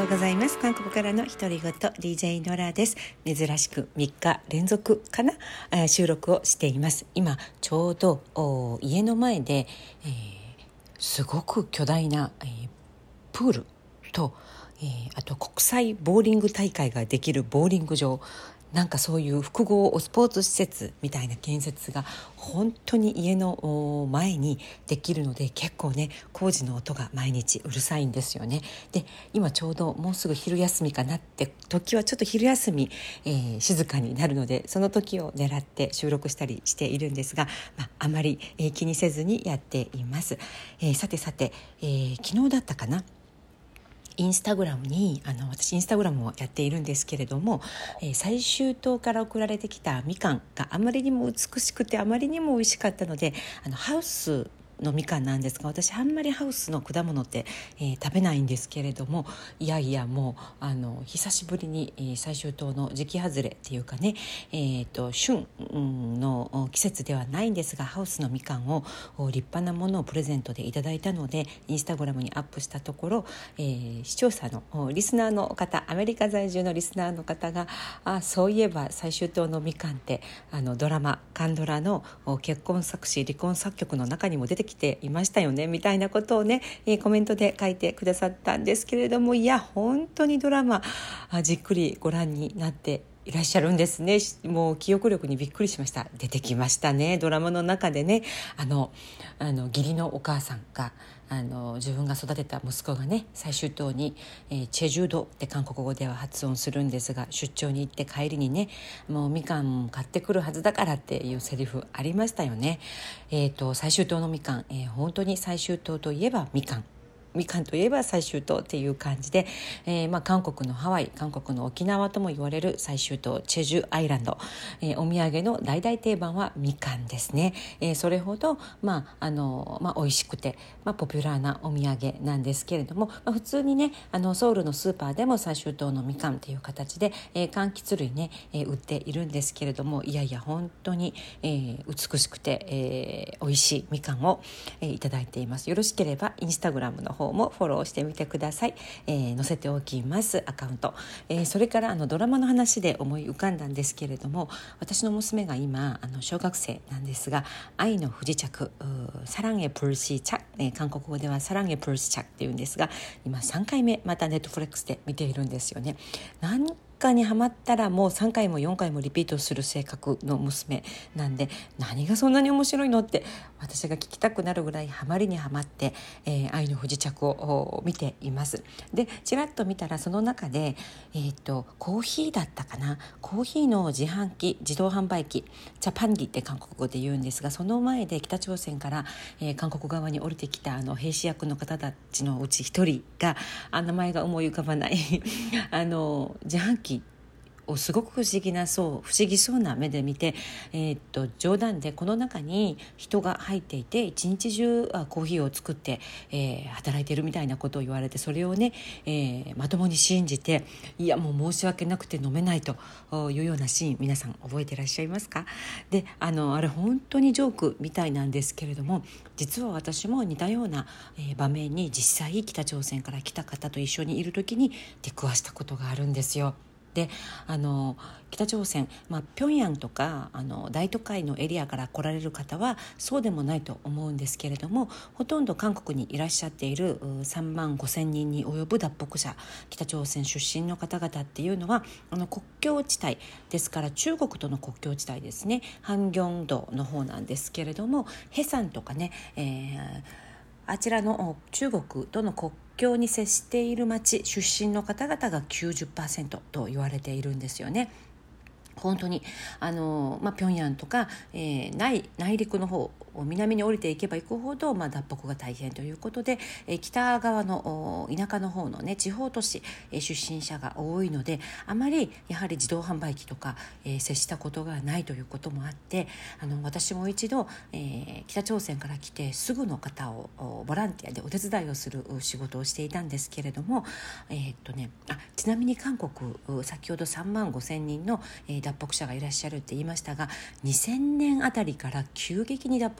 ございます。韓国からの独り言 DJ ノラです。珍しく3日連続かな、収録をしています。今ちょうど家の前で、すごく巨大な、プールと、あと国際ボーリング大会ができるボーリング場、なんかそういう複合スポーツ施設みたいな建設が本当に家の前にできるので、結構ね工事の音が毎日うるさいんですよね。で今ちょうどもうすぐ昼休みかなって時はちょっと昼休み、静かになるので、その時を狙って収録したりしているんですが、あまり、気にせずにやっています。さて、昨日だったかな、インスタグラムに私インスタグラムをやっているんですけれども、最終島から送られてきたみかんがあまりにも美しくてあまりにも美味しかったので、ハウスのみかんなんですが、私あんまりハウスの果物って、食べないんですけれども、もう久しぶりに、最終島の時期外れっていうかね、旬の季節ではないんですが、ハウスのみかんを立派なものをプレゼントでいただいたので、インスタグラムにアップしたところ、視聴者のリスナーの方、アメリカ在住のリスナーの方が、そういえば最終島のみかんってドラマカンドラの結婚作詞離婚作曲の中にも出てきていましたよね、みたいなことをね、コメントで書いてくださったんですけれども、本当にドラマじっくりご覧になっていらっしゃるんですね。もう記憶力にびっくりしました。出てきましたね、ドラマの中でね。義理のお母さんが自分が育てた息子がね、最終島に、チェジュ島って韓国語では発音するんですが、出張に行って帰りにね、もうみかん買ってくるはずだからっていうセリフありましたよね。最終島のみかん、本当に最終島といえばみかんといえば最終島っていう感じで、韓国のハワイ、韓国の沖縄とも言われる最終島チェジュアイランド、お土産の大々定番はみかんですね。それほど、美味しくて、ポピュラーなお土産なんですけれども、普通にねソウルのスーパーでも最終島のみかんっていう形で、柑橘類ね、売っているんですけれども、本当に、美しくて、美味しいみかんを、いただいています。よろしければインスタグラムの方もフォローしてみてください。載せておきますアカウント。それからドラマの話で思い浮かんだんですけれども、私の娘が今小学生なんですが、愛の不時着、サランエプルシーチャ、韓国語ではサランエプルシチャっていうんですが、今3回目またネットフレックスで見ているんですよね。何かにハマったらもう3回も4回もリピートする性格の娘なんで、何がそんなに面白いのって私が聞きたくなるぐらいハマりにハマって、愛の不時着を見ています。でちらっと見たらその中で、コーヒーだったかな、コーヒーの自動販売機、チャパンギって韓国語で言うんですが、その前で北朝鮮から、韓国側に降りてきた兵士役の方たちのうち一人が、名前が思い浮かばない自販機をすごく不思議そうな目で見て、冗談でこの中に人が入っていて一日中コーヒーを作って、働いているみたいなことを言われて、それをね、まともに信じて、もう申し訳なくて飲めないというようなシーン、皆さん覚えていらっしゃいますか？であれ本当にジョークみたいなんですけれども、実は私も似たような、場面に実際北朝鮮から来た方と一緒にいる時に出くわしたことがあるんですよ。で北朝鮮、平壌とか大都会のエリアから来られる方はそうでもないと思うんですけれども、ほとんど韓国にいらっしゃっている3万5千人に及ぶ脱北者、北朝鮮出身の方々っていうのは国境地帯ですから、中国との国境地帯ですね、ハンギョン道の方なんですけれども、ヘサンとかね、あちらの中国との国境に接している町出身の方々が 90% と言われているんですよね。本当に平壌とか、内陸の方、南に降りていけば行くほど、脱北が大変ということで、北側の田舎の方のね地方都市、出身者が多いので、あまりやはり自動販売機とか、接したことがないということもあって、私も一度、北朝鮮から来てすぐの方をボランティアでお手伝いをする仕事をしていたんですけれども、ちなみに韓国先ほど3万5千人の、脱北者がいらっしゃるって言いましたが、2000年あたりから急激に脱北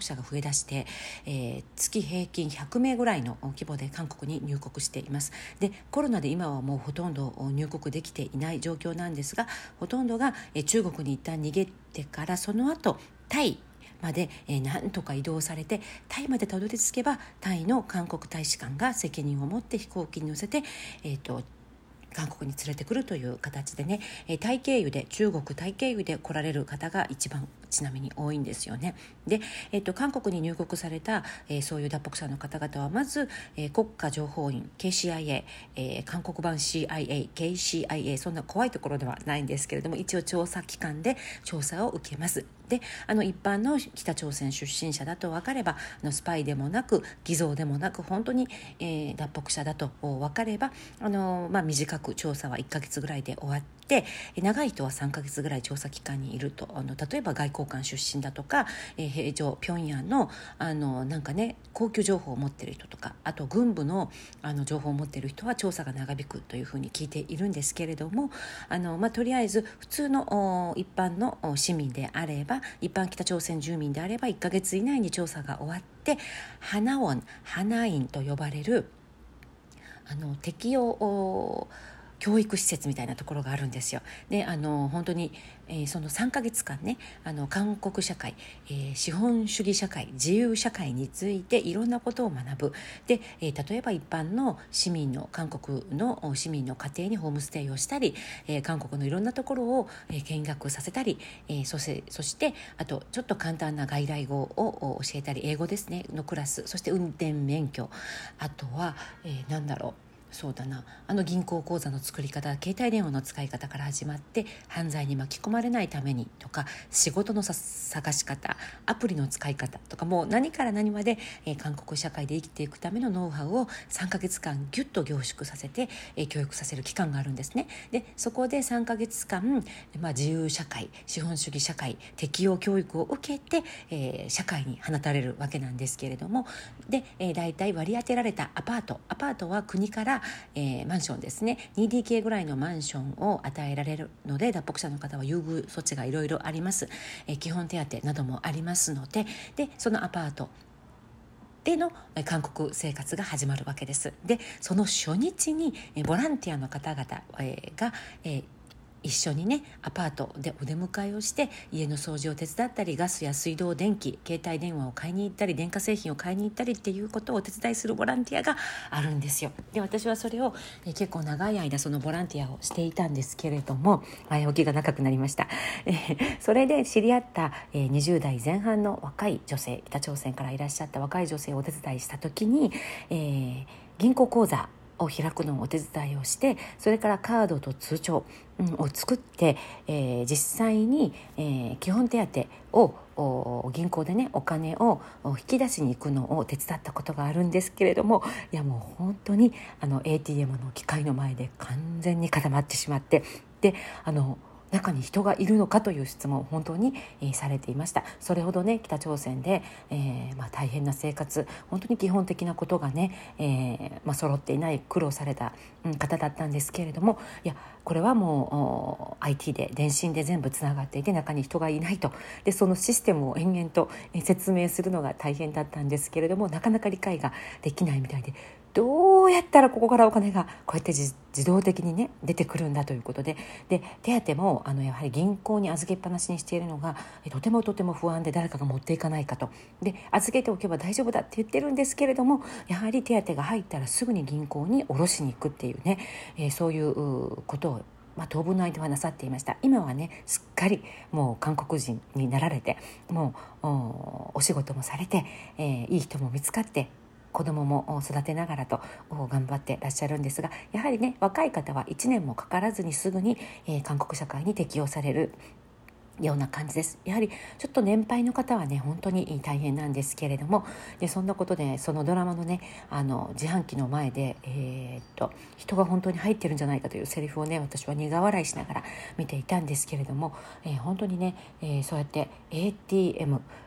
国者が増えだして、月平均100名ぐらいの規模で韓国に入国しています。でコロナで今はもうほとんど入国できていない状況なんですが、ほとんどが中国に一旦逃げてから、その後タイまでなんとか移動されて、タイまでたどり着けばタイの韓国大使館が責任を持って飛行機に乗せて、韓国に連れてくるという形でね、タイ経由で、中国タイ経由で来られる方が一番ちなみに多いんですよね。で、韓国に入国された、そういう脱北者の方々はまず、国家情報院 KCIA、韓国版 CIA、KCIA、そんな怖いところではないんですけれども、一応調査機関で調査を受けます。で一般の北朝鮮出身者だと分かれば、スパイでもなく偽造でもなく本当に、脱北者だと分かれば、短く調査は1ヶ月ぐらいで終わって、長い人は3ヶ月ぐらい調査機関にいると、例えば外交官出身だとか、平城平壌の高級情報を持っている人とか、あと軍部の情報を持っている人は調査が長引くというふうに聞いているんですけれども、とりあえず普通の一般の市民であれば、一般北朝鮮住民であれば1ヶ月以内に調査が終わって、ハナ院と呼ばれる適用教育施設みたいなところがあるんですよ。で本当に、その3ヶ月間ね、韓国社会、資本主義社会、自由社会についていろんなことを学ぶ。で、例えば一般の韓国の市民の家庭にホームステイをしたり、韓国のいろんなところを、見学させたり、そしてあとちょっと簡単な外来語を教えたり、英語ですねのクラス、そして運転免許、あとは、そうだな、銀行口座の作り方、携帯電話の使い方から始まって、犯罪に巻き込まれないためにとか、仕事の探し方、アプリの使い方とか、もう何から何まで、韓国社会で生きていくためのノウハウを3ヶ月間ギュッと凝縮させて、教育させる期間があるんですね。でそこで3ヶ月間、自由社会、資本主義社会、適応教育を受けて、社会に放たれるわけなんですけれども、で、大体割り当てられたアパートは国からマンションですね、 2DK ぐらいのマンションを与えられるので、脱北者の方は優遇措置がいろいろあります。基本手当などもありますので、そのアパートでの韓国生活が始まるわけです。でその初日にボランティアの方々が一緒にね、アパートでお出迎えをして、家の掃除を手伝ったり、ガスや水道、電気、携帯電話を買いに行ったり、電化製品を買いに行ったりっていうことをお手伝いするボランティアがあるんですよ。で私はそれを結構長い間そのボランティアをしていたんですけれども、前置きが長くなりました。それで知り合った20代前半の若い女性、北朝鮮からいらっしゃった若い女性をお手伝いした時に、銀行口座を開くのをお手伝いをして、それからカードと通帳を作って、実際に、基本手当を銀行でね、お金を引き出しに行くのを手伝ったことがあるんですけれども、いやもう本当にATM の機械の前で完全に固まってしまって、で中に人がいるのかという質問を本当に、されていました。それほどね、北朝鮮で、大変な生活、本当に基本的なことがね、揃っていない苦労された、方だったんですけれども、いやこれはもう IT で電信で全部つながっていて、中に人がいないと。でそのシステムを延々と説明するのが大変だったんですけれども、なかなか理解ができないみたいで、どうやったらここからお金がこうやって自動的にね出てくるんだということで、手当もやはり銀行に預けっぱなしにしているのがとても不安で、誰かが持っていかないかと。で預けておけば大丈夫だって言ってるんですけれども、やはり手当が入ったらすぐに銀行に下ろしに行くっていうね、そういうことを当分の間はなさっていました。今はねすっかりもう韓国人になられて、もうお仕事もされて、いい人も見つかって、子供も育てながらと頑張ってらっしゃるんですが、やはりね若い方は1年もかからずにすぐに、韓国社会に適応されるような感じです。やはりちょっと年配の方はね本当に大変なんですけれども、でそんなことでそのドラマのね自販機の前で、人が本当に入ってるんじゃないかというセリフをね、私は苦笑いしながら見ていたんですけれども、本当にね、そうやって ATM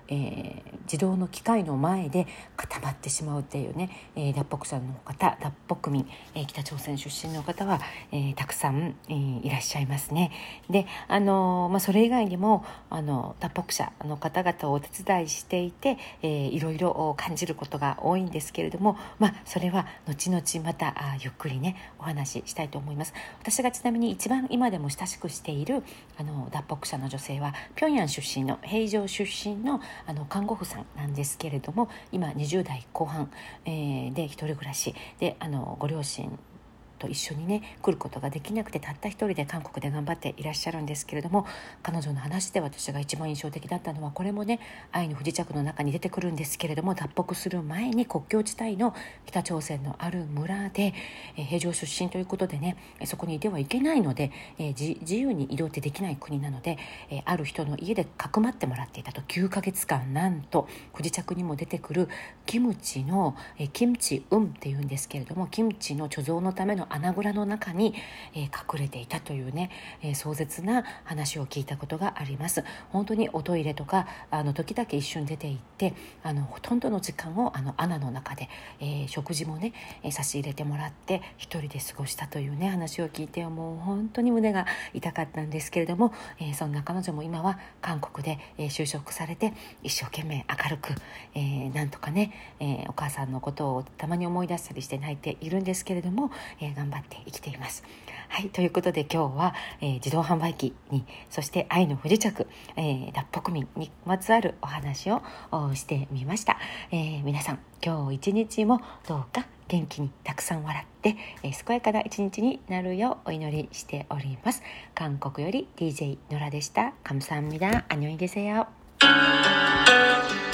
自動の機械の前で固まってしまうっていうね、脱北者の方、脱北民、北朝鮮出身の方は、たくさん、いらっしゃいますね。で、それ以外にも脱北者の方々をお手伝いしていて、いろいろ感じることが多いんですけれども、それは後々またゆっくりねお話ししたいと思います。私がちなみに一番今でも親しくしている脱北者の女性は平壌出身の平壌出身の看護婦さんなんですけれども、今20代後半、で一人暮らしでご両親と一緒にね来ることができなくて、たった一人で韓国で頑張っていらっしゃるんですけれども、彼女の話で私が一番印象的だったのは、これもね愛の不時着の中に出てくるんですけれども、脱北する前に国境地帯の北朝鮮のある村で、平壌出身ということでねそこにいてはいけないので、自由に移動ってできない国なので、ある人の家でかくまってもらっていたと。9ヶ月間なんと不時着にも出てくるキムチの、キムチっていうんですけれども、キムチの貯蔵のための穴蔵の中に、隠れていたというね、壮絶な話を聞いたことがあります。本当におトイレとか時々一瞬出て行ってほとんどの時間を穴の中で、食事もね差し入れてもらって一人で過ごしたというね話を聞いて、もう本当に胸が痛かったんですけれども、そんな彼女も今は韓国で、就職されて一生懸命明るく、なんとかね、お母さんのことをたまに思い出したりして泣いているんですけれども、頑張って生きています。はい、ということで今日は、自動販売機にそして愛の不時着、脱北民にまつわるお話をしてみました。皆さん今日一日もどうか元気にたくさん笑って、健やかな一日になるようお祈りしております。韓国より DJ ノラでした。감사합니다。안녕히 계세요。